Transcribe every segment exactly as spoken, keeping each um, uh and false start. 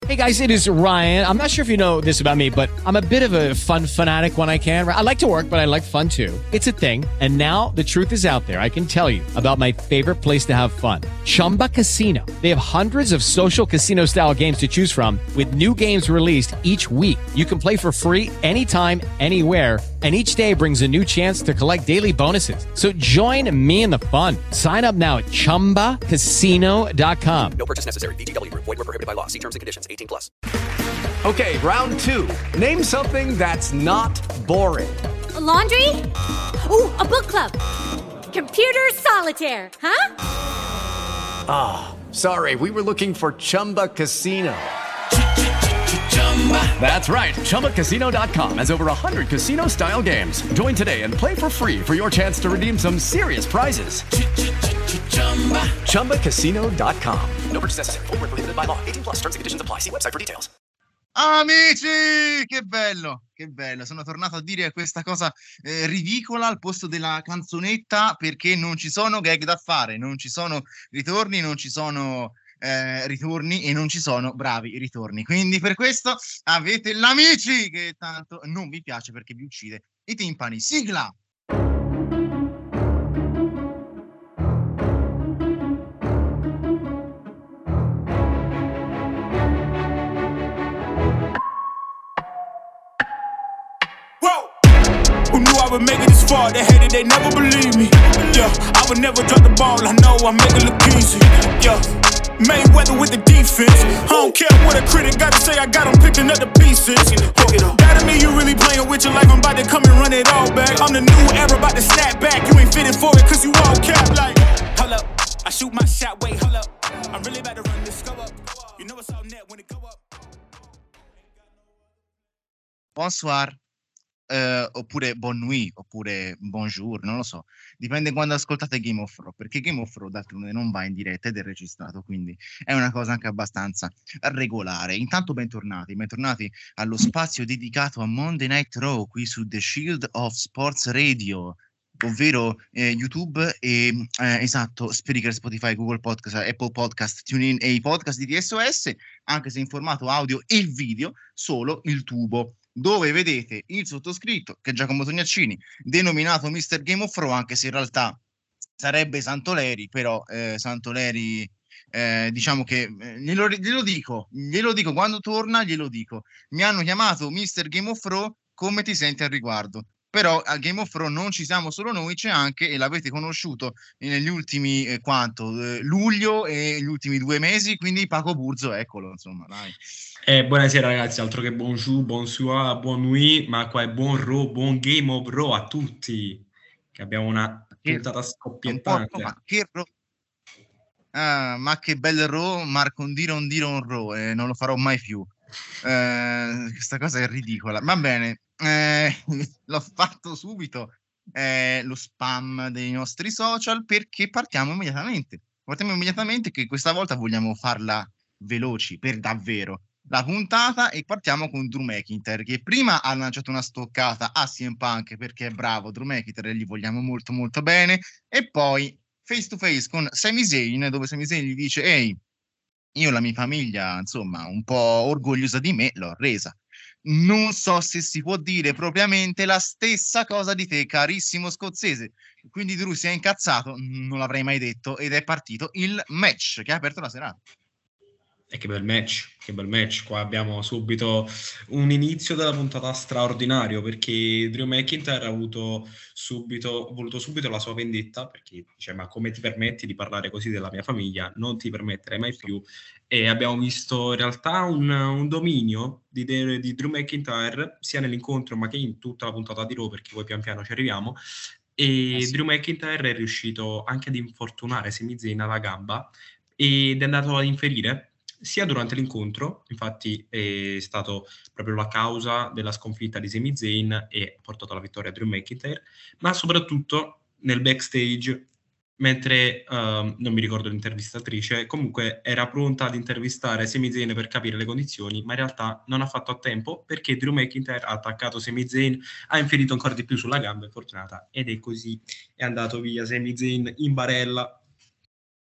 Hey guys, it is Ryan. I'm not sure if you know this about me, but I'm a bit of a fun fanatic when I can. I like to work, but I like fun too. It's a thing. And now the truth is out there. I can tell you about my favorite place to have fun. Chumba Casino. They have hundreds of social casino style games to choose from with new games released each week. You can play for free anytime, anywhere. And each day brings a new chance to collect daily bonuses. So join me in the fun. Sign up now at chumba casino dot com. No purchase necessary. V G W. Void where prohibited by law. See terms and conditions. eighteen plus. Okay, round two. Name something that's not boring. A laundry? Ooh, a book club. Computer solitaire, huh? Ah, oh, sorry. We were looking for Chumba Casino. That's right. Chumba Casino dot com has over one hundred casino-style games. Join today and play for free for your chance to redeem some serious prizes. Chumba Casino dot com. No purchase necessary. Void where prohibited by law. eighteen plus. Terms and conditions apply. See website for details. Amici, che bello, che bello. Sono tornato a dire questa cosa eh, ridicola al posto della canzonetta, perché non ci sono gag da fare, non ci sono ritorni, non ci sono eh, ritorni e non ci sono bravi ritorni. Quindi per questo avete l'Amici, che tanto non vi piace perché vi uccide i timpani. Sigla! Who knew I would make it this far? They hated, they never believe me. Yeah, I would never drop the ball. I know I make it look easy. Yeah, Mayweather with the defense. I don't care what a critic got to say. I got them picking up the pieces. That to me, you really playing with your life. I'm about to come and run it all back. I'm the new era, about to snap back. You ain't fitted for it, cause you all cap like. Hold up, I shoot my shot. Wait, hold up. I'm really about to run this. Go up. You know it's all net when it go up. Bonsoir. Uh, oppure bon nuit, oppure bonjour, non lo so, dipende quando ascoltate Game of Thrones, perché Game of Thrones d'altronde non va in diretta ed è registrato, quindi è una cosa anche abbastanza regolare. Intanto bentornati, bentornati allo spazio dedicato a Monday Night Raw qui su The Shield of Sports Radio, ovvero eh, YouTube e eh, esatto, Spreaker, Spotify, Google Podcast, Apple Podcast, TuneIn e i podcast di T S O S, anche se in formato audio e video, solo il tubo, dove vedete il sottoscritto, che è Giacomo Tognaccini, denominato mister Game of Thrones, anche se in realtà sarebbe Santoleri, però eh, Santoleri, eh, diciamo che, eh, glielo, glielo dico, glielo dico, quando torna glielo dico, mi hanno chiamato mister Game of Thrones, come ti senti al riguardo? Però a Game of Thrones non ci siamo solo noi, c'è anche, e l'avete conosciuto negli ultimi, eh, quanto, eh, luglio e gli ultimi due mesi, quindi Paco Burzo, eccolo, insomma, dai. Eh, buonasera ragazzi, altro che bonjour, bonsoir, buon nuit, ma qua è buon Raw, buon Game of Raw a tutti, che abbiamo una puntata scoppiettante. Ma che Raw? Ah, ma che bel Raw, Marcondiro on Diro on Raw, eh, non lo farò mai più. Eh, questa cosa è ridicola. Va bene, eh, l'ho fatto subito, eh, lo spam dei nostri social, perché partiamo immediatamente. Partiamo immediatamente, che questa volta vogliamo farla veloci, per davvero. La puntata, e partiamo con Drew McIntyre, che prima ha lanciato una stoccata a C M Punk perché è bravo Drew McIntyre e gli vogliamo molto molto bene, e poi face to face con Sami Zayn, dove Sami Zayn gli dice: ehi, io la mia famiglia, insomma, un po' orgogliosa di me, l'ho resa. Non so se si può dire propriamente la stessa cosa di te, carissimo scozzese. Quindi Drew si è incazzato, non l'avrei mai detto, ed è partito il match che ha aperto la serata. E che bel match, che bel match. Qua abbiamo subito un inizio della puntata straordinario, perché Drew McIntyre ha avuto subito, voluto subito la sua vendetta, perché dice: ma come ti permetti di parlare così della mia famiglia? Non ti permetterei mai più. E abbiamo visto in realtà un, un dominio di, di Drew McIntyre, sia nell'incontro ma che in tutta la puntata di Raw, perché poi pian piano ci arriviamo. E eh sì. Drew McIntyre è riuscito anche ad infortunare Sami Zayn alla gamba ed è andato ad inferire sia durante l'incontro, infatti è stato proprio la causa della sconfitta di Sami Zayn e ha portato alla vittoria Drew McIntyre, ma soprattutto nel backstage, mentre uh, non mi ricordo l'intervistatrice, comunque era pronta ad intervistare Sami Zayn per capire le condizioni, ma in realtà non ha fatto a tempo, perché Drew McIntyre ha attaccato Sami Zayn, ha inferito ancora di più sulla gamba, è fortunata, ed è così, è andato via Sami Zayn in barella.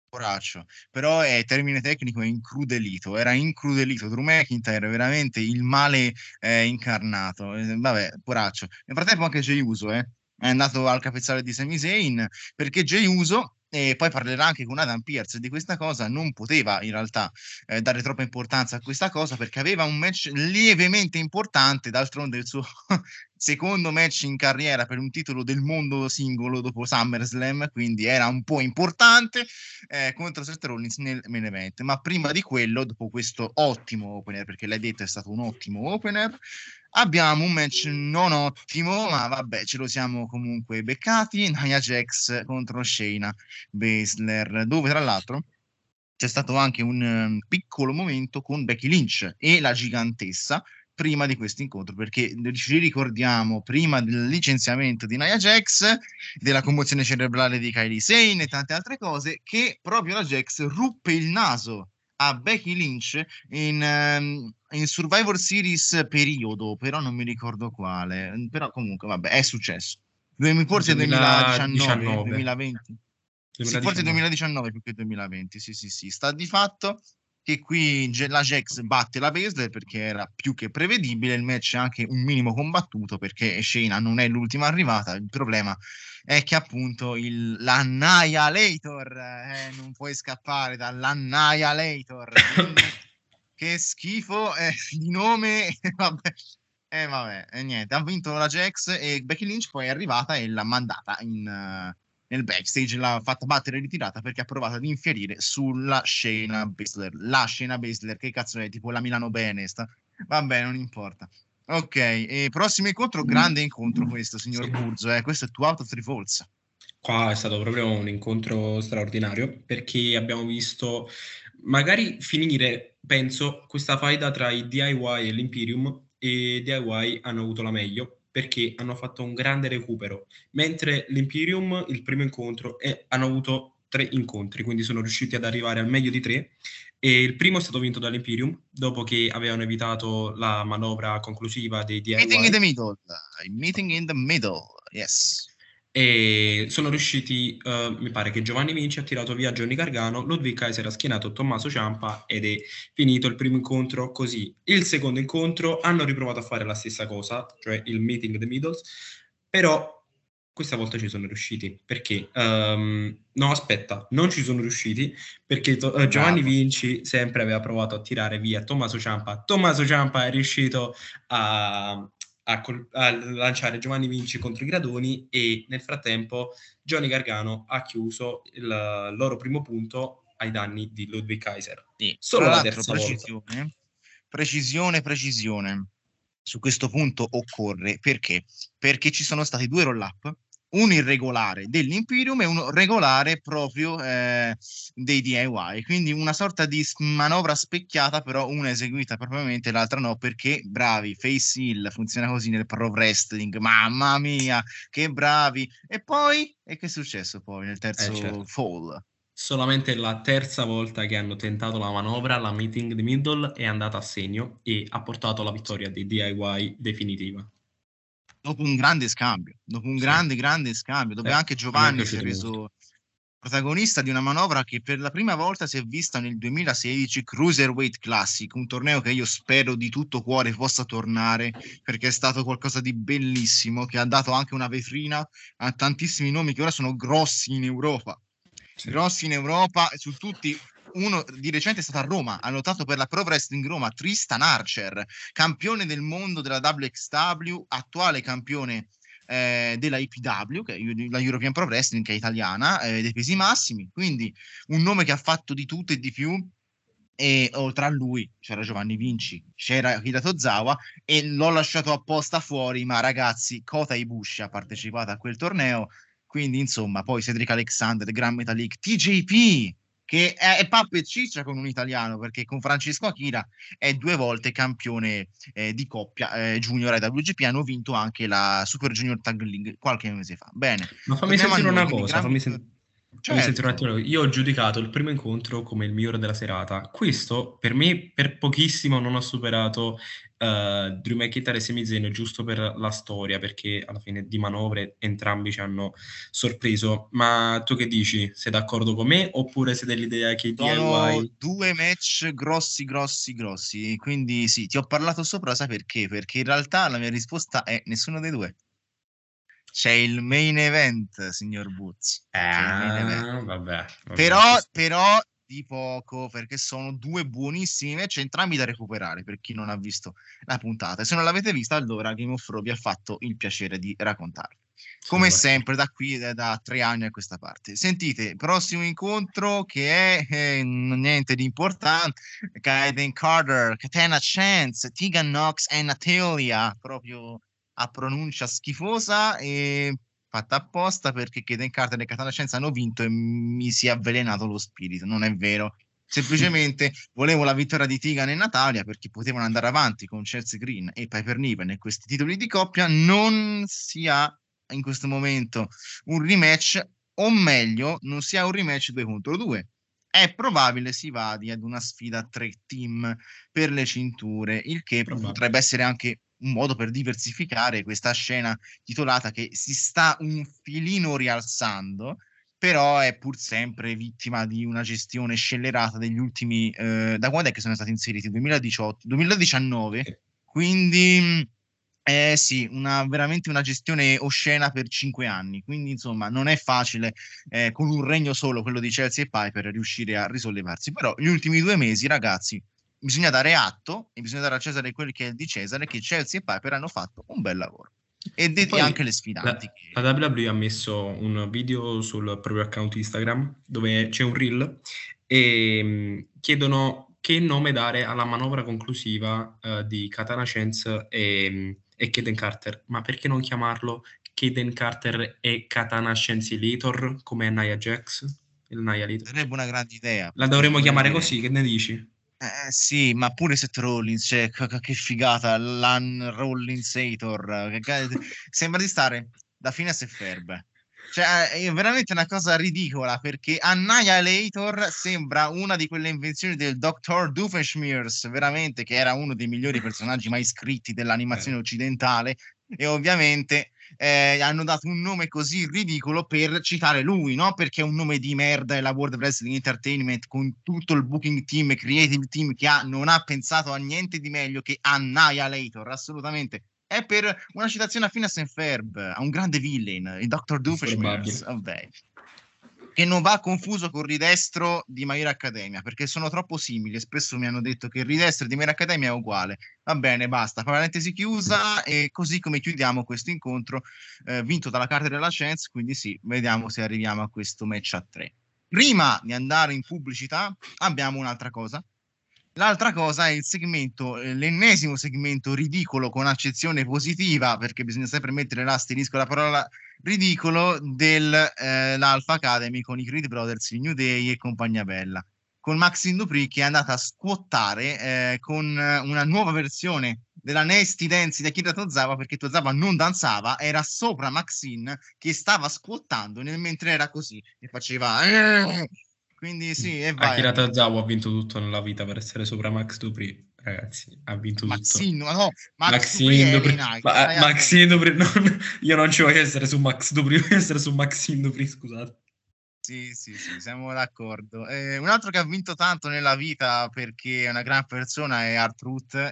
Poraccio, però è termine tecnico, è incrudelito, era incrudelito. Drew McIntyre è veramente il male eh, incarnato. Eh, vabbè, poraccio. Nel frattempo anche Jey Uso eh, è andato al capezzale di Sami Zayn, perché Jey Uso, e poi parlerà anche con Adam Pearce di questa cosa, non poteva in realtà eh, dare troppa importanza a questa cosa perché aveva un match lievemente importante, d'altronde il suo secondo match in carriera per un titolo del mondo singolo dopo SummerSlam, quindi era un po' importante eh, contro Seth Rollins nel main event. Ma prima di quello, dopo questo ottimo opener, perché l'hai detto è stato un ottimo opener, abbiamo un match non ottimo, ma vabbè, ce lo siamo comunque beccati. Nia Jax contro Shayna Baszler, dove tra l'altro c'è stato anche un um, piccolo momento con Becky Lynch e la gigantessa prima di questo incontro, perché ci ricordiamo prima del licenziamento di Nia Jax, della commozione cerebrale di Kairi Sane e tante altre cose, che proprio la Jax ruppe il naso a Becky Lynch in, um, in Survivor Series periodo, però non mi ricordo quale, però comunque vabbè, è successo. Forse duemiladiciannove, duemilaventi. Sì, forse duemiladiciannove più che duemilaventi, sì sì sì, sta di fatto che qui la Jax batte la Baszler perché era più che prevedibile, il match è anche un minimo combattuto perché Shayna non è l'ultima arrivata, il problema è che appunto il, l'Annihilator eh, non puoi scappare dall'Annihilator, quindi, che schifo eh, di nome, vabbè. E eh, vabbè, e niente, ha vinto la Jax e Becky Lynch poi è arrivata e l'ha mandata in, uh, nel backstage, l'ha fatta battere e ritirata perché ha provato ad infierire sulla Shayna Baszler. La Shayna Baszler, che cazzo è? Tipo la Milano Bene, sta? Vabbè, non importa. Ok, e prossimo incontro, grande incontro questo, signor Sì. Burzo, eh? Questo è Two Out of Three Falls. Qua è stato proprio un incontro straordinario perché abbiamo visto magari finire, penso, questa faida tra i D I Y e l'Imperium, e D I Y hanno avuto la meglio perché hanno fatto un grande recupero, mentre l'Imperium il primo incontro e hanno avuto tre incontri, quindi sono riusciti ad arrivare al meglio di tre, e il primo è stato vinto dall'Imperium dopo che avevano evitato la manovra conclusiva dei D I Y. Meeting in the middle, meeting in the middle, yes. E sono riusciti, uh, mi pare che Giovanni Vinci ha tirato via Johnny Gargano, Ludwig Kaiser ha schierato Tommaso Ciampa ed è finito il primo incontro così. Il secondo incontro hanno riprovato a fare la stessa cosa, cioè il meeting the middles, però questa volta ci sono riusciti perché um, no aspetta, non ci sono riusciti perché to- uh, Giovanni Vinci sempre aveva provato a tirare via Tommaso Ciampa. Tommaso Ciampa è riuscito a A, col- a lanciare Giovanni Vinci contro i gradoni e nel frattempo Johnny Gargano ha chiuso il loro primo punto ai danni di Ludwig Kaiser. Sì. Solo Tra la l'altro, terza precisione, volta. Precisione, precisione. Su questo punto occorre, perché? Perché ci sono stati due roll-up, un irregolare dell'Imperium e uno regolare proprio eh, dei D I Y, quindi una sorta di manovra specchiata, però una eseguita propriamente, l'altra no, perché bravi, face heel, funziona così nel pro wrestling, mamma mia, che bravi. E poi, e che è successo poi nel terzo Eh, certo. fall? Solamente la terza volta che hanno tentato la manovra, la meeting the middle è andata a segno e ha portato alla vittoria dei D I Y definitiva. Dopo un grande scambio, dopo un Sì. grande, grande scambio, dove Eh, anche Giovanni si è piaciuto reso protagonista di una manovra che per la prima volta si è vista nel duemilasedici Cruiserweight Classic, un torneo che io spero di tutto cuore possa tornare perché è stato qualcosa di bellissimo, che ha dato anche una vetrina a tantissimi nomi che ora sono grossi in Europa. Sì. Grossi in Europa, su tutti. Uno di recente è stato a Roma, ha lottato per la Pro Wrestling Roma, Tristan Archer, campione del mondo della W X W, attuale campione eh, della I P W, che è la European Pro Wrestling, che è italiana, eh, dei pesi massimi, quindi un nome che ha fatto di tutto e di più. E oltre a lui c'era Giovanni Vinci, c'era Akira Tozawa, e l'ho lasciato apposta fuori, ma ragazzi, Kota Ibushi ha partecipato a quel torneo, quindi insomma, poi Cedric Alexander, Gran Metalik, T J P, che è, è pappa e ciccia con un italiano, perché con Francesco Akira è due volte campione eh, di coppia eh, junior ai W G P, hanno vinto anche la Super Junior Tag League qualche mese fa. Bene, ma fammi sentire una cosa, fammi, sen- Fammi sentire un Certo. attimo, io ho giudicato il primo incontro come il migliore della serata. Questo, per me, per pochissimo non ha superato eh, Drew McIntyre e Sami Zayn, giusto per la storia, perché alla fine di manovre entrambi ci hanno sorpreso. Ma tu che dici? Sei d'accordo con me oppure sei dell'idea che Sono D I Y... due match grossi, grossi, grossi. Quindi sì, ti ho parlato sopra, sai perché? Perché in realtà la mia risposta è nessuno dei due. C'è il main event, signor Boots. C'è il main event. Ah, vabbè, vabbè, ci Però, sta. però di poco, perché sono due buonissimi match, entrambi da recuperare per chi non ha visto la puntata. E se non l'avete vista, allora Game of Thrones vi ha fatto il piacere di raccontarvi. Sono Come d'accordo. sempre, da qui, da, da tre anni a questa parte. Sentite, prossimo incontro che è eh, niente di importante. Kaiden Carter, Katana Chance, Tegan Knox e Natalia, proprio a pronuncia schifosa e fatta apposta perché Kaden Carter e Katana Chance hanno vinto e mi si è avvelenato lo spirito. Non è vero. Semplicemente volevo la vittoria di Tegan e Natalia perché potevano andare avanti con Chelsea Green e Piper Niven e questi titoli di coppia. Non si ha in questo momento un rematch, o meglio, non si ha un rematch due contro due. È probabile si vada ad una sfida a tre team per le cinture, il che Probabile. potrebbe essere anche un modo per diversificare questa scena titolata che si sta un filino rialzando, però è pur sempre vittima di una gestione scellerata degli ultimi, eh, da quando è che sono stati inseriti? duemiladiciotto, duemiladiciannove, Sì. quindi eh sì, una, veramente una gestione oscena per cinque anni, quindi insomma non è facile eh, con un regno solo, quello di Chelsea e Piper, riuscire a risollevarsi, però gli ultimi due mesi, ragazzi, bisogna dare atto e bisogna dare a Cesare quello che è di Cesare, che Chelsea e Piper hanno fatto un bel lavoro. E, de- E e anche poi le la, sfidanti. Che... la W W E ha messo un video sul proprio account Instagram dove c'è un reel e mh, chiedono che nome dare alla manovra conclusiva eh, di Katana Chance e, mh, e Kaden Carter. Ma perché non chiamarlo Kaden Carter e Katana Chancellator come Nia Jax? Il Nia Lator. Sarebbe una grande idea, La perché dovremmo voglio chiamare dire... così, che ne dici? Eh, sì, ma pure Seth Rollins, cioè, c- c- che figata, l'Un Rollinsator, che ca- sembra di stare da Phineas e Ferb. Cioè, è veramente una cosa ridicola, perché Annihilator sembra una di quelle invenzioni del dottor Doofenshmirtz, veramente, che era uno dei migliori personaggi mai scritti dell'animazione Eh. occidentale, e ovviamente eh, hanno dato un nome così ridicolo per citare lui, no? Perché è un nome di merda e la World Wrestling Entertainment con tutto il booking team e creative team che ha, non ha pensato a niente di meglio che Annihilator, assolutamente. È per una citazione a Phineas and Ferb, a un grande villain, il doctor Doofenshmirtz, Probabile. vabbè, che non va confuso con il ridestro di My Hero Academia, perché sono troppo simili e spesso mi hanno detto che il ridestro di My Hero Academia è uguale. Va bene, basta, parentesi chiusa e così come chiudiamo questo incontro eh, vinto dalla carta della Chance, quindi sì, vediamo se arriviamo a questo match a tre. Prima di andare in pubblicità abbiamo un'altra cosa. L'altra cosa è il segmento, eh, l'ennesimo segmento ridicolo con accezione positiva, perché bisogna sempre mettere l'asterisco alla parola ridicolo, dell'Alpha Academy con i Creed Brothers, i New Day e compagnia bella. Con Maxine Dupri che è andata a squattare eh, con una nuova versione della Nasty Dance di Akira Tozawa, perché Tozawa non danzava, era sopra Maxine che stava squattando nel- mentre era così e faceva... "Eh". Quindi sì, e vai, ha Akira vinto. Tozawa ha vinto tutto nella vita per essere sopra Max Dupree, ragazzi, ha vinto tutto. Maxine, ma no, Max Dupri Maxine è L A Dupree, Knight, ma, stai Maxine attento. Dupree, non- io non ci voglio essere su Max Dupree, voglio essere su Maxine Dupree, scusate. Sì, sì, sì, siamo d'accordo. Eh, un altro che ha vinto tanto nella vita perché è una gran persona è R-Truth.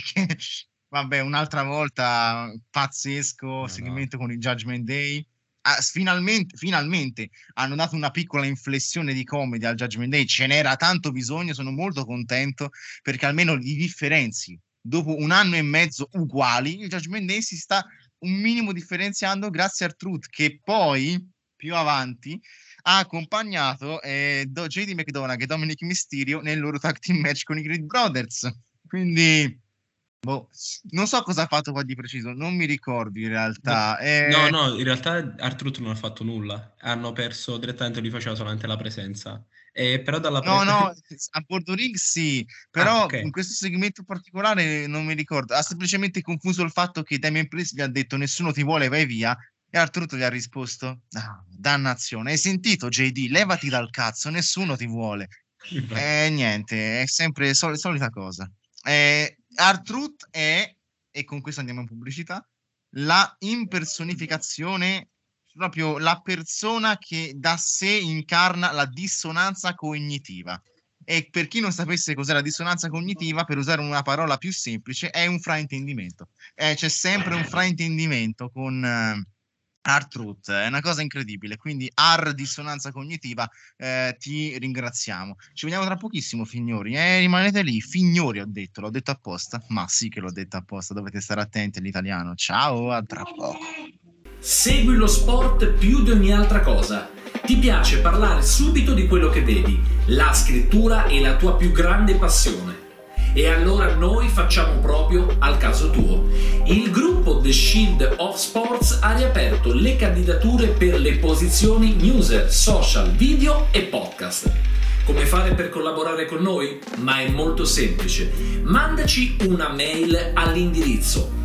Vabbè, un'altra volta pazzesco Madonna. segmento con il Judgment Day. Ah, finalmente, finalmente hanno dato una piccola inflessione di comedy al Judgment Day. Ce n'era tanto bisogno, sono molto contento perché almeno li differenzi. Dopo un anno e mezzo uguali, il Judgment Day si sta un minimo differenziando grazie a R-Truth, che poi più avanti ha accompagnato eh, Do- J D McDonagh e Dominic Mysterio nel loro tag team match con i Creed Brothers. Quindi, boh, non so cosa ha fatto qua di preciso, non mi ricordo in No, realtà. no, Eh, no, in realtà Artruth non ha fatto nulla, hanno perso direttamente, lui faceva solamente la presenza. E però dalla no, pre... no, a Bordo Ring sì, Ah, però ok. in questo segmento particolare non mi ricordo. Ha semplicemente confuso il fatto che Damien Priest gli ha detto nessuno ti vuole, vai via. E R-Truth gli ha risposto: ah, dannazione, hai sentito J D, levati dal cazzo, nessuno ti vuole. E niente, è sempre sol- solita cosa. Eh, R-Truth è, e con questo andiamo in pubblicità, la impersonificazione, proprio la persona che da sé incarna la dissonanza cognitiva. E per chi non sapesse cos'è la dissonanza cognitiva, per usare una parola più semplice, è un fraintendimento. Eh, c'è sempre un fraintendimento con eh, R-Truth, è una cosa incredibile. Quindi R dissonanza cognitiva, eh, ti ringraziamo. Ci vediamo tra pochissimo, Fignori. Eh, rimanete lì. Fignori ho detto, l'ho detto apposta. Ma sì che l'ho detto apposta, dovete stare attenti all'italiano. Ciao, a tra poco. Segui lo sport più di ogni altra cosa. Ti piace parlare subito di quello che vedi. La scrittura è la tua più grande passione. E allora noi facciamo proprio al caso tuo. Il gruppo The Shield of Sports ha riaperto le candidature per le posizioni newser, social, video e podcast. Come fare per collaborare con noi? Ma è molto semplice. Mandaci una mail all'indirizzo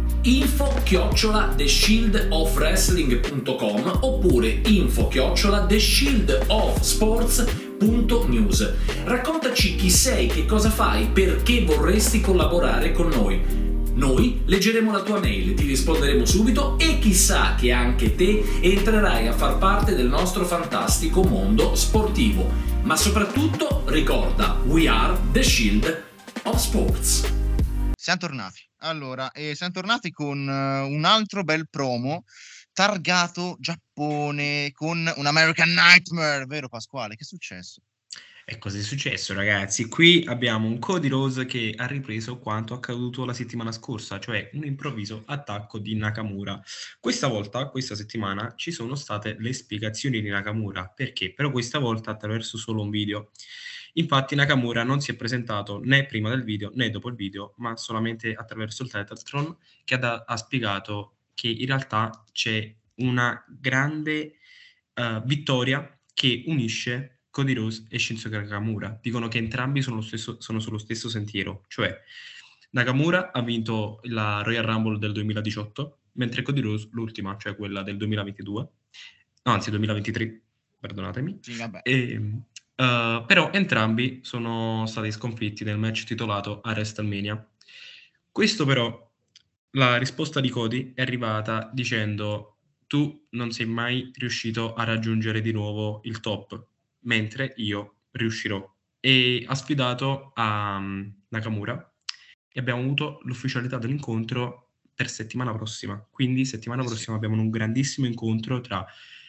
info chiocciola the shield of wrestling punto com oppure info chiocciola the shield of sports punto news. Raccontaci chi sei, che cosa fai, perché vorresti collaborare con noi. Noi leggeremo la tua mail, ti risponderemo subito e chissà che anche te entrerai a far parte del nostro fantastico mondo sportivo. Ma soprattutto ricorda, we are the Shield of Sports. Siamo tornati. Allora, e siamo tornati con uh, un altro bel promo targato Giappone con un American Nightmare, vero Pasquale? Che è successo? E cosa è successo, ragazzi? Qui abbiamo un Cody Rhodes che ha ripreso quanto accaduto la settimana scorsa, cioè un improvviso attacco di Nakamura. Questa volta, questa settimana, ci sono state le spiegazioni di Nakamura. Perché? Però questa volta attraverso solo un video. Infatti Nakamura non si è presentato né prima del video né dopo il video, ma solamente attraverso il Titletron, che ha, da- ha spiegato che in realtà c'è una grande uh, vittoria che unisce Cody Rhodes e Shinsuke Nakamura. Dicono che entrambi sono, lo stesso, sono sullo stesso sentiero, cioè Nakamura ha vinto la Royal Rumble del duemiladiciotto, mentre Cody Rhodes l'ultima, cioè quella del duemilaventidue, anzi duemilaventitré, perdonatemi. Sì, vabbè. E, Uh, però entrambi sono stati sconfitti nel match titolato a WrestleMania. Questo però, la risposta di Cody è arrivata dicendo: tu non sei mai riuscito a raggiungere di nuovo il top, mentre io riuscirò. E ha sfidato a um, Nakamura e abbiamo avuto l'ufficialità dell'incontro per settimana prossima. Quindi settimana Eh sì. prossima abbiamo un grandissimo incontro tra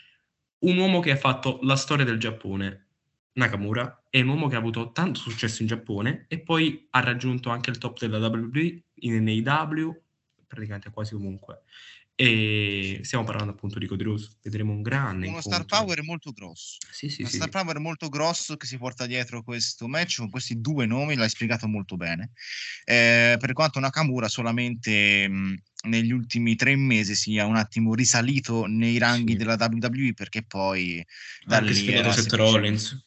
un uomo che ha fatto la storia del Giappone, Nakamura, è un uomo che ha avuto tanto successo in Giappone e poi ha raggiunto anche il top della W W E, in A E W, praticamente quasi ovunque. E stiamo parlando appunto di Cody Rhodes. Vedremo un grande Uno incontro. star power molto grosso. Sì, sì, Uno sì. star power molto grosso che si porta dietro questo match con questi due nomi, l'hai spiegato molto bene. Eh, per quanto Nakamura solamente mh, negli ultimi tre mesi sia un attimo risalito nei ranghi Sì. della W W E, perché poi da Anche lì sfidato era Seth semplicemente- Rollins.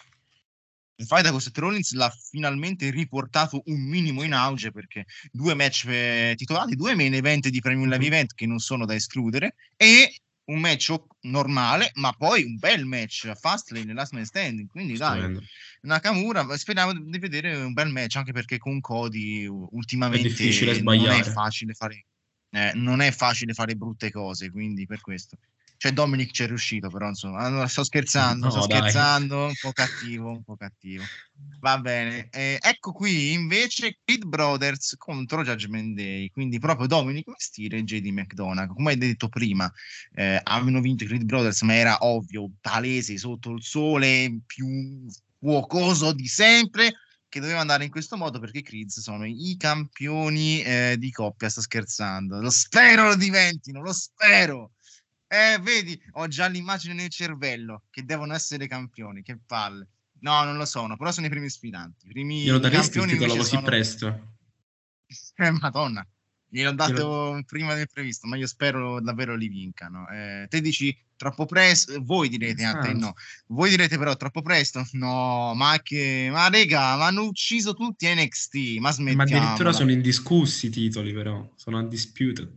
Il fight con Seth Rollins l'ha finalmente riportato un minimo in auge, perché due match eh, titolati, due main event di Premium Live Mhm. Event che non sono da escludere, e un match o- normale, ma poi un bel match a Fastlane, Last Man Standing. Quindi dai, Stupendo. Nakamura, speriamo di vedere un bel match, anche perché con Cody u- ultimamente È difficile non è sbagliare. facile fare eh, non è facile fare brutte cose, quindi per questo. Cioè Dominic ci è riuscito, però insomma, allora, sto scherzando, No, sto dai. scherzando, un po' cattivo, un po' cattivo. Va bene, eh, ecco qui invece Creed Brothers contro Judgment Day, quindi proprio Dominic Mysterio e J D McDonagh. Come hai detto prima, eh, avevano vinto i Creed Brothers, ma era ovvio, palese, sotto il sole più fuocoso di sempre, che doveva andare in questo modo, perché i Creeds sono i campioni eh, di coppia. Sto scherzando, lo spero lo diventino, lo spero. Eh, vedi, ho già l'immagine nel cervello che devono essere campioni, che palle. No, non lo sono, però sono i primi sfidanti. I primi Glielo daresti il campioni titolo invece così sono... presto? Eh, Madonna, gliel'ho dato Glielo- prima del previsto, ma io spero davvero li vincano. Eh, te dici troppo presto, voi direte, a te Ah, no. Voi direte però troppo presto? No, ma che... Ma raga, ma hanno ucciso tutti N X T, ma Ma addirittura smettiamola. sono indiscussi i titoli, però. Sono undisputed.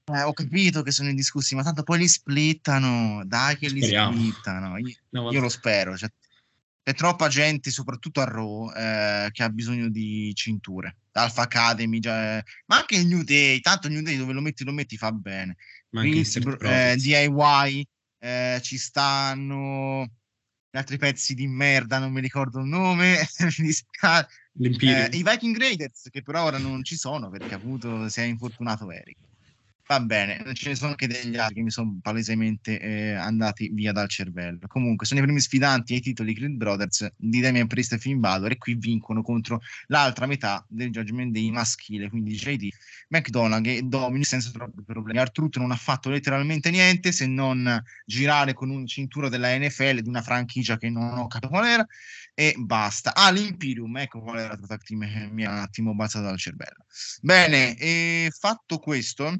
Eh, ho capito che sono indiscussi, ma tanto poi li splittano. Dai che li Speriamo. splittano. Io, No, io lo spero. Cioè, c'è troppa gente, soprattutto a Raw, eh, che ha bisogno di cinture. Alpha Academy, già- ma anche il New Day. Tanto il New Day dove lo metti, lo metti, fa bene. ma anche gli Vince, Street bro- eh, Profits. D I Y, eh, ci stanno gli altri pezzi di merda, non mi ricordo il nome. Mi dispiace. Eh, L'Imperium. I Viking Raiders, che però ora non ci sono perché appunto si è infortunato Eric. Va bene, ce ne sono anche degli altri che mi sono palesemente eh, andati via dal cervello. Comunque, sono i primi sfidanti ai titoli Creed Brothers di Damian Priest e Finn Balor, e qui vincono contro l'altra metà del Judgment Day maschile, quindi J D, McDonagh e Dominic senza troppi problemi. R-Truth non ha fatto letteralmente niente se non girare con un cintura della N F L di una franchigia che non ho capito qual era, e basta. Ah, l'Imperium, ecco qual era la tag team che mi ha un attimo balzato dal cervello. Bene, e fatto questo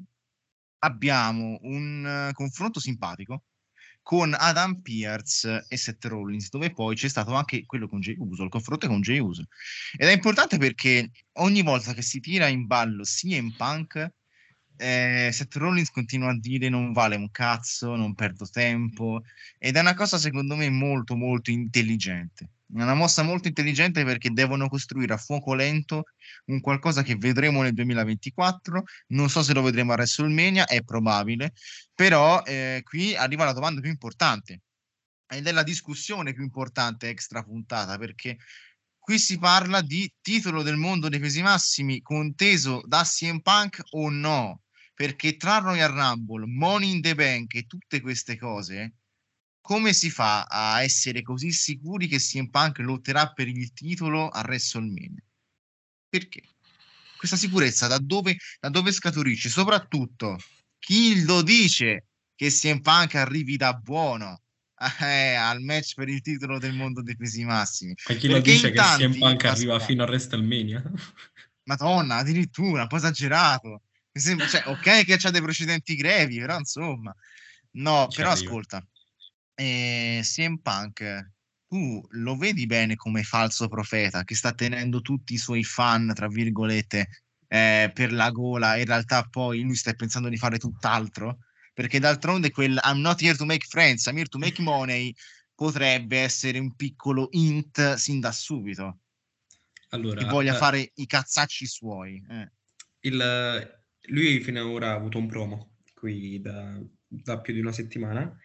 abbiamo un uh, confronto simpatico con Adam Pearce e Seth Rollins, dove poi c'è stato anche quello con Jey Uso, il confronto con Jey Uso. Ed è importante perché ogni volta che si tira in ballo C M Punk, eh, Seth Rollins continua a dire non vale un cazzo, non perdo tempo, ed è una cosa secondo me molto molto intelligente. È una mossa molto intelligente perché devono costruire a fuoco lento un qualcosa che vedremo nel duemilaventiquattro. Non so se lo vedremo a WrestleMania, è probabile, però eh, qui arriva la domanda più importante ed è la discussione più importante extra puntata, perché qui si parla di titolo del mondo dei pesi massimi conteso da C M Punk o no? Perché tra Royal Rumble, Money in the Bank e tutte queste cose, come si fa a essere così sicuri che C M Punk lotterà per il titolo a WrestleMania? Perché? Questa sicurezza da dove, da dove scaturisce? Soprattutto, chi lo dice che C M Punk arrivi da buono eh, al match per il titolo del mondo dei pesi massimi? Ma chi lo Perché dice in che C M tanti, Punk arriva aspetta, fino a WrestleMania? Madonna, addirittura, un po' esagerato. Mi sembra, cioè, ok che c'ha dei precedenti grevi, però insomma. No, Ci però arriva. ascolta, eh, C M Punk, tu lo vedi bene come falso profeta che sta tenendo tutti i suoi fan, tra virgolette, eh, per la gola, in realtà poi lui sta pensando di fare tutt'altro? Perché d'altronde quel I'm not here to make friends, I'm here to make money potrebbe essere un piccolo hint sin da subito. Allora, Che voglia eh, fare i cazzacci suoi. Eh. il, lui fino ad ora ha avuto un promo qui da, da più di una settimana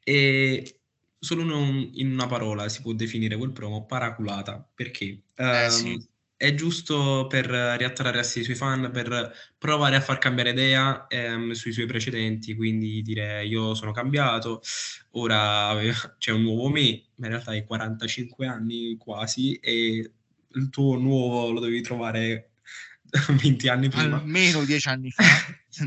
e solo non, in una parola si può definire quel promo: paraculata, perché Eh ehm, sì. è giusto per riattrarre i suoi fan, per provare a far cambiare idea ehm, sui suoi precedenti, quindi dire io sono cambiato, ora c'è un nuovo me, ma in realtà hai quarantacinque anni quasi e il tuo nuovo lo devi trovare venti anni prima. Almeno dieci anni fa.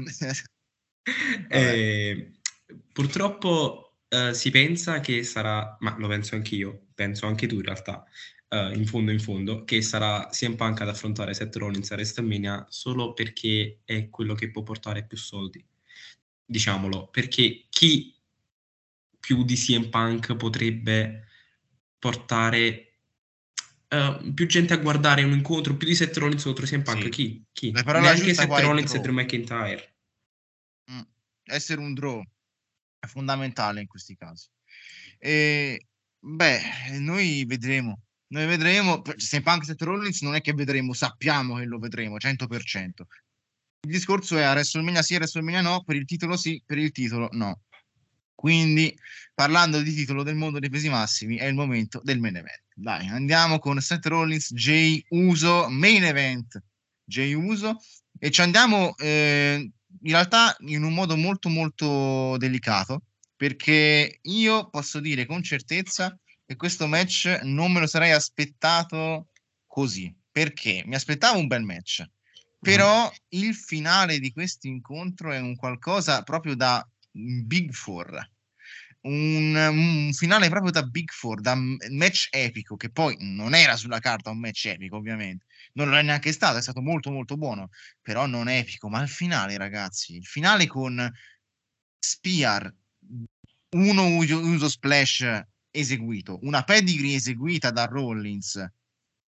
E, purtroppo eh, si pensa che sarà, ma lo penso anch'io, penso anche tu in realtà, eh, in fondo in fondo, che sarà C M Punk ad affrontare Seth Rollins a WrestleMania solo perché è quello che può portare più soldi. Diciamolo, perché chi più di C M Punk potrebbe portare Uh, più gente a guardare un incontro, più di Seth Rollins contro C M Punk? Sì. Chi? Chi? La parola Neanche giusta Seth qua è Rollins e draw. Drew McIntyre. Mm. Essere un draw è fondamentale in questi casi. E, beh, noi vedremo. Noi vedremo. Se Punk Seth Rollins non è che vedremo, sappiamo che lo vedremo cento per cento. Il discorso è a WrestleMania sì, a WrestleMania no, per il titolo sì, per il titolo no. Quindi, parlando di titolo del mondo dei pesi massimi, è il momento del main event. Dai, andiamo con Seth Rollins, Jey Uso, main event. Jey Uso, e ci andiamo eh, in realtà in un modo molto molto delicato, perché io posso dire con certezza che questo match non me lo sarei aspettato così, perché mi aspettavo un bel match, però il finale di questo incontro è un qualcosa proprio da Big Four, un, un finale proprio da Big Four, da match epico, che poi non era sulla carta un match epico, ovviamente, non lo è neanche stato, è stato molto molto buono, però non epico. Ma il finale, ragazzi, il finale con Spear, uno uso splash eseguito, una pedigree eseguita da Rollins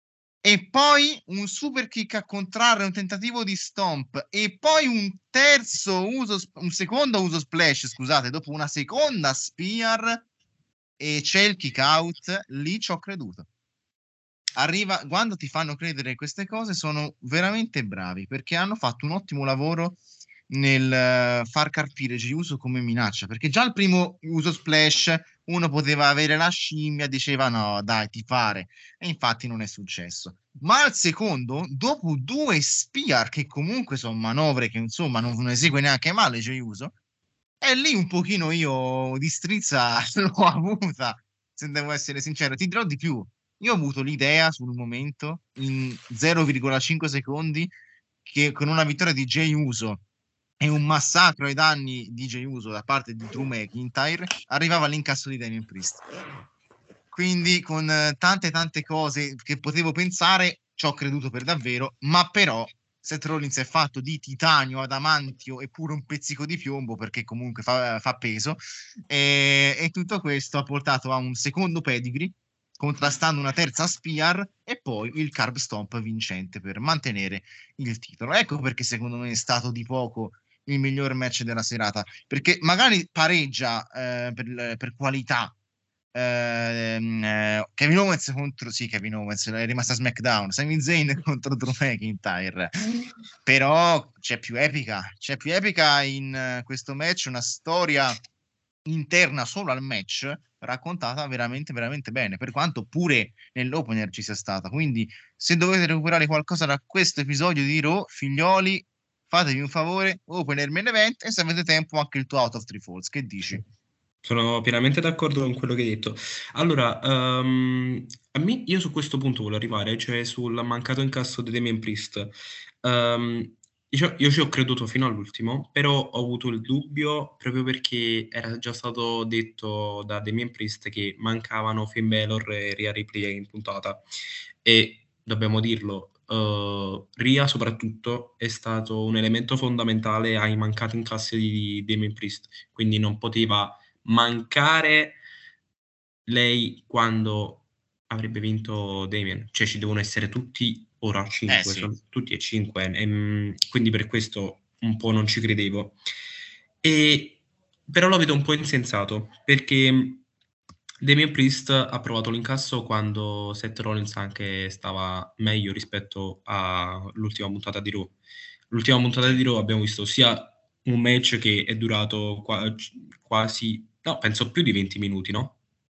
e poi un super kick a contrarre, un tentativo di stomp e poi un terzo uso, un secondo uso splash, scusate, dopo una seconda spear e c'è il kick out, lì ci ho creduto. Arriva, quando ti fanno credere queste cose sono veramente bravi perché hanno fatto un ottimo lavoro nel uh, far carpire G-Uso come minaccia, perché già il primo uso splash uno poteva avere la scimmia, diceva no dai ti pare, e infatti non è successo. Ma al secondo, dopo due spear che comunque sono manovre che insomma non, non esegue neanche male G-Uso, e lì un pochino io di strizza l'ho avuta, se devo essere sincero. Ti dirò di più, io ho avuto l'idea sul momento in zero virgola cinque secondi che con una vittoria di G-Uso e un massacro ai danni di G-Uso da parte di Drew McIntyre arrivava l'incasso di Damian Priest. Quindi con eh, tante tante cose che potevo pensare ci ho creduto per davvero, ma però Seth Rollins è fatto di titanio, adamantio e pure un pizzico di piombo perché comunque fa, fa peso e, e tutto questo ha portato a un secondo pedigree contrastando una terza spear e poi il carb stomp vincente per mantenere il titolo. Ecco perché secondo me è stato di poco il miglior match della serata, perché magari pareggia eh, per, per qualità ehm, eh, Kevin Owens contro sì Kevin Owens è rimasta a SmackDown, Sami Zayn contro Drew McIntyre, però c'è più epica c'è più epica in uh, questo match, una storia interna solo al match raccontata veramente veramente bene, per quanto pure nell'opener ci sia stata. Quindi se dovete recuperare qualcosa da questo episodio di Raw, figlioli, fatevi un favore, opener main event e se avete tempo anche il tuo Out of Three Falls. Che dici? Sono pienamente d'accordo con quello che hai detto. Allora, um, a me, io su questo punto voglio arrivare, cioè sul mancato incasso di Damian Priest. Um, io, io ci ho creduto fino all'ultimo, però ho avuto il dubbio proprio perché era già stato detto da Damian Priest che mancavano Finn Balor e Rhea Ripley in puntata. E dobbiamo dirlo, uh, Rhea soprattutto è stato un elemento fondamentale ai mancati incassi di Damian Priest, quindi non poteva mancare lei quando avrebbe vinto Damian, cioè ci devono essere tutti ora a cinque, Eh, sì. sono tutti e cinque, e, quindi per questo un po' non ci credevo. E però lo vedo un po' insensato, perché Damian Priest ha provato l'incasso quando Seth Rollins anche stava meglio rispetto all'ultima puntata di Raw. L'ultima puntata di Raw abbiamo visto sia un match che è durato qua- quasi, no, penso più di venti minuti, no?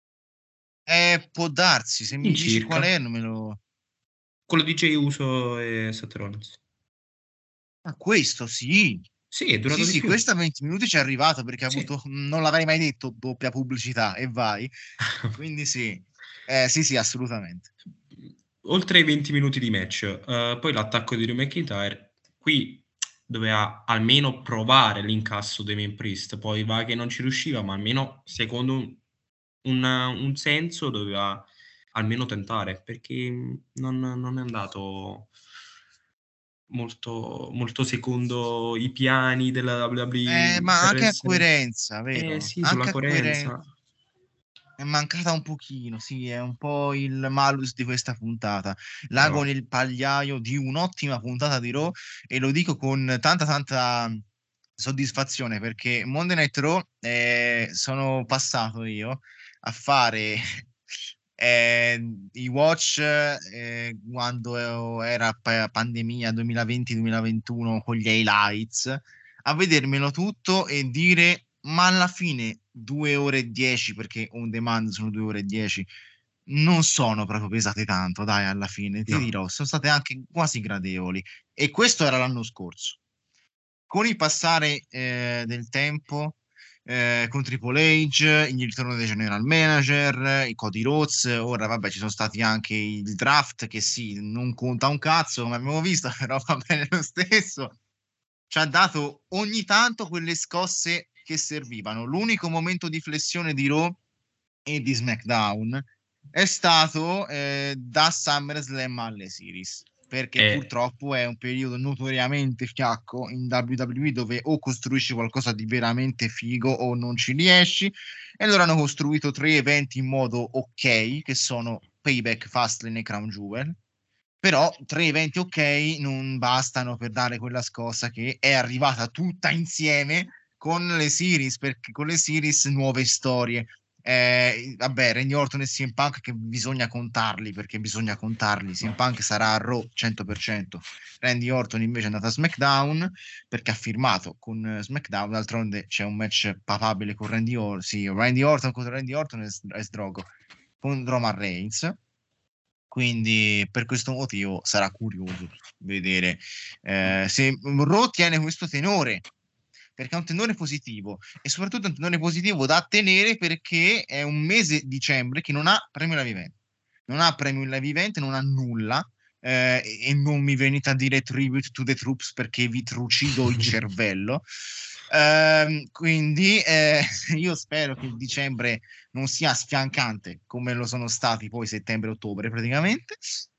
Eh, può darsi, se mi In dici circa. qual è non me lo... Quello di Jey Uso e Seth Rollins. Ah, questo sì. Sì, è durato Sì, di sì, più. questo a venti minuti ci è arrivato perché ha Sì. avuto, non l'avrei mai detto, doppia pubblicità e vai. Quindi sì, eh, sì, sì, assolutamente. Oltre ai venti minuti di match, eh, poi l'attacco di Drew McIntyre, qui doveva almeno provare l'incasso dei Damian Priest, poi va che non ci riusciva, ma almeno secondo un, una- un senso doveva almeno tentare, perché non, non è andato molto, molto secondo i piani della W W E Eh, ma per anche a essere... coerenza, Eh vero? sì, sulla Anche a coerenza. coerenza. È mancata un pochino, sì, è un po' il malus di questa puntata. L'ago Bravo. nel pagliaio di un'ottima puntata di Raw e lo dico con tanta tanta soddisfazione perché Monday Night Raw eh, sono passato io a fare eh, i watch eh, quando era pa- pandemia duemilaventi-duemilaventuno con gli highlights, a vedermelo tutto e dire ma alla fine due ore e dieci, perché on demand sono due ore e dieci, non sono proprio pesate tanto, dai, alla fine, ti No. dirò, sono state anche quasi gradevoli. E questo era l'anno scorso. Con il passare eh, del tempo, eh, con Triple H, il ritorno dei general manager, i Cody Rhodes, ora vabbè ci sono stati anche il draft, che sì, non conta un cazzo, come abbiamo visto, però va bene lo stesso. Ci ha dato ogni tanto quelle scosse che servivano. L'unico momento di flessione di Raw e di SmackDown è stato eh, da SummerSlam alle Series, perché Eh. purtroppo è un periodo notoriamente fiacco in W W E dove o costruisci qualcosa di veramente figo o non ci riesci, e allora hanno costruito tre eventi in modo ok, che sono Payback, Fastlane e Crown Jewel, però tre eventi ok non bastano per dare quella scossa che è arrivata tutta insieme con le series, perché con le series nuove storie. Eh, vabbè, Randy Orton e C M Punk che bisogna contarli, perché bisogna contarli. C M Punk sarà a Raw cento per cento, Randy Orton invece è andato a SmackDown perché ha firmato con SmackDown. D'altronde c'è un match papabile con Randy Orton, sì, Randy Orton contro Randy Orton e, e Sdrogo con Roman Reigns, quindi per questo motivo sarà curioso vedere eh, se Raw tiene questo tenore, perché è un tenore positivo e soprattutto un tenore positivo da tenere perché è un mese dicembre che non ha premio live event, non ha premio live event, non ha nulla, eh, e non mi venite a dire tribute to the troops perché vi trucido il cervello. Uh, quindi eh, io spero che dicembre non sia sfiancante come lo sono stati poi settembre e ottobre praticamente,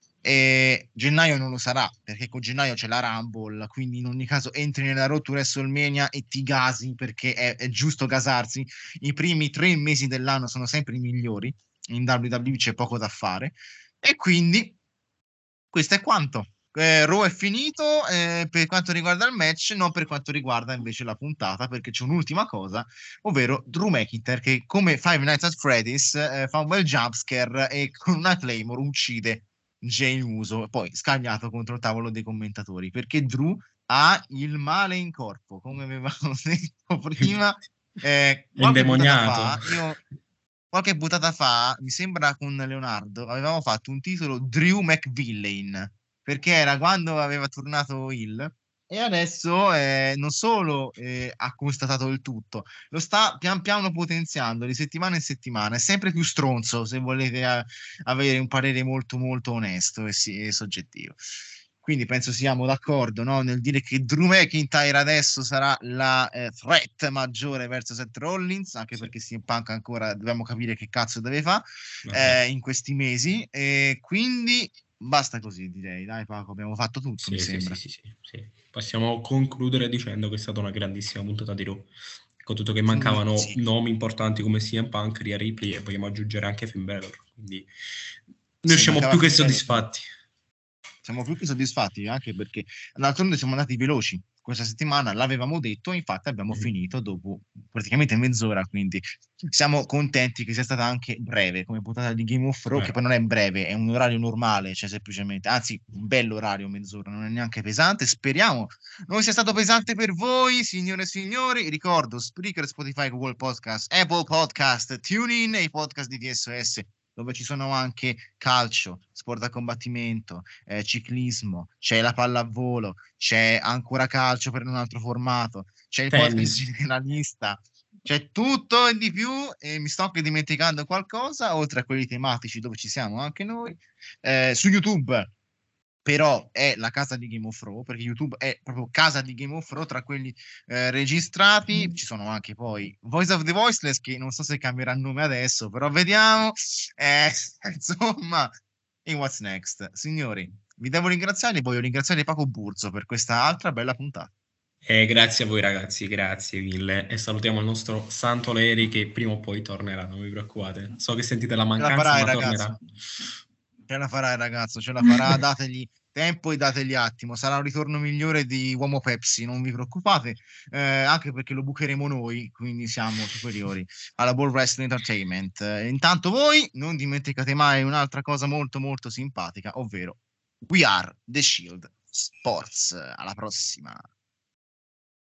e gennaio non lo sarà perché con gennaio c'è la Rumble, quindi in ogni caso entri nella Road to WrestleMania e ti gasi, perché è, è giusto gasarsi. I primi tre mesi dell'anno sono sempre i migliori, in W W E c'è poco da fare e quindi questo è quanto. Eh, Raw è finito eh, per quanto riguarda il match, non per quanto riguarda invece la puntata, perché c'è un'ultima cosa, ovvero Drew McIntyre che come Five Nights at Freddy's eh, fa un bel jumpscare e con una Claymore uccide Jey Uso, poi scagliato contro il tavolo dei commentatori, perché Drew ha il male in corpo, come avevamo detto prima. Eh, qualche puntata fa, io, qualche puntata fa, mi sembra con Leonardo, avevamo fatto un titolo Drew McVillain, perché era quando aveva tornato heel, e adesso eh, non solo eh, ha constatato il tutto, lo sta pian piano potenziando di settimana in settimana, è sempre più stronzo, se volete a, avere un parere molto molto onesto e, sì, e soggettivo. Quindi penso siamo d'accordo, no, nel dire che Drew McIntyre adesso sarà la eh, threat maggiore verso Seth Rollins, anche sì, perché C M Punk ancora dobbiamo capire che cazzo deve fare eh, in questi mesi, e quindi basta così, direi. Dai Paco, abbiamo fatto tutto, sì, mi sì, sembra. Sì, sì, sì, sì. Possiamo concludere dicendo che è stata una grandissima puntata di Raw, con tutto che mancavano sì. nomi importanti come C M Punk, Rhea Ripley e vogliamo aggiungere anche Finn Balor, quindi noi sì, siamo più che soddisfatti. Siamo più che soddisfatti, anche perché d'altronde siamo andati veloci questa settimana, l'avevamo detto, infatti abbiamo mm-hmm. finito dopo praticamente mezz'ora, quindi siamo contenti che sia stata anche breve come puntata di Game of Thrones, eh. che poi non è breve, è un orario normale, cioè semplicemente, anzi un bello orario, mezz'ora, non è neanche pesante. Speriamo non sia stato pesante per voi, signore e signori. Ricordo Spreaker, Spotify, Google Podcast, Apple Podcast, TuneIn e i podcast di D S O S, dove ci sono anche calcio, sport da combattimento, eh, ciclismo, c'è la pallavolo, c'è ancora calcio per un altro formato, c'è il Tennis. podcast generalista, c'è tutto e di più, e mi sto anche dimenticando qualcosa, oltre a quelli tematici dove ci siamo anche noi, eh, su YouTube. Però è la casa di Game of Thrones, perché YouTube è proprio casa di Game of Thrones tra quelli eh, registrati. Ci sono anche poi Voice of the Voiceless, che non so se cambierà nome adesso, però vediamo. Eh, insomma, e What's Next? Signori, vi devo ringraziare, voglio ringraziare Paco Burzo per questa altra bella puntata. Eh, grazie a voi ragazzi, grazie mille, e salutiamo il nostro Santo Leri che prima o poi tornerà, non vi preoccupate. So che sentite la mancanza, farai, ma ragazzo. tornerà. Ce la farai ragazzo, ce la farà, dategli tempo e dategli attimo, sarà un ritorno migliore di Uomo Pepsi, non vi preoccupate, eh, anche perché lo bucheremo noi, quindi siamo superiori alla Ball Wrestling Entertainment. Eh, intanto voi non dimenticate mai un'altra cosa molto molto simpatica, ovvero We Are The Shield Sports. Alla prossima.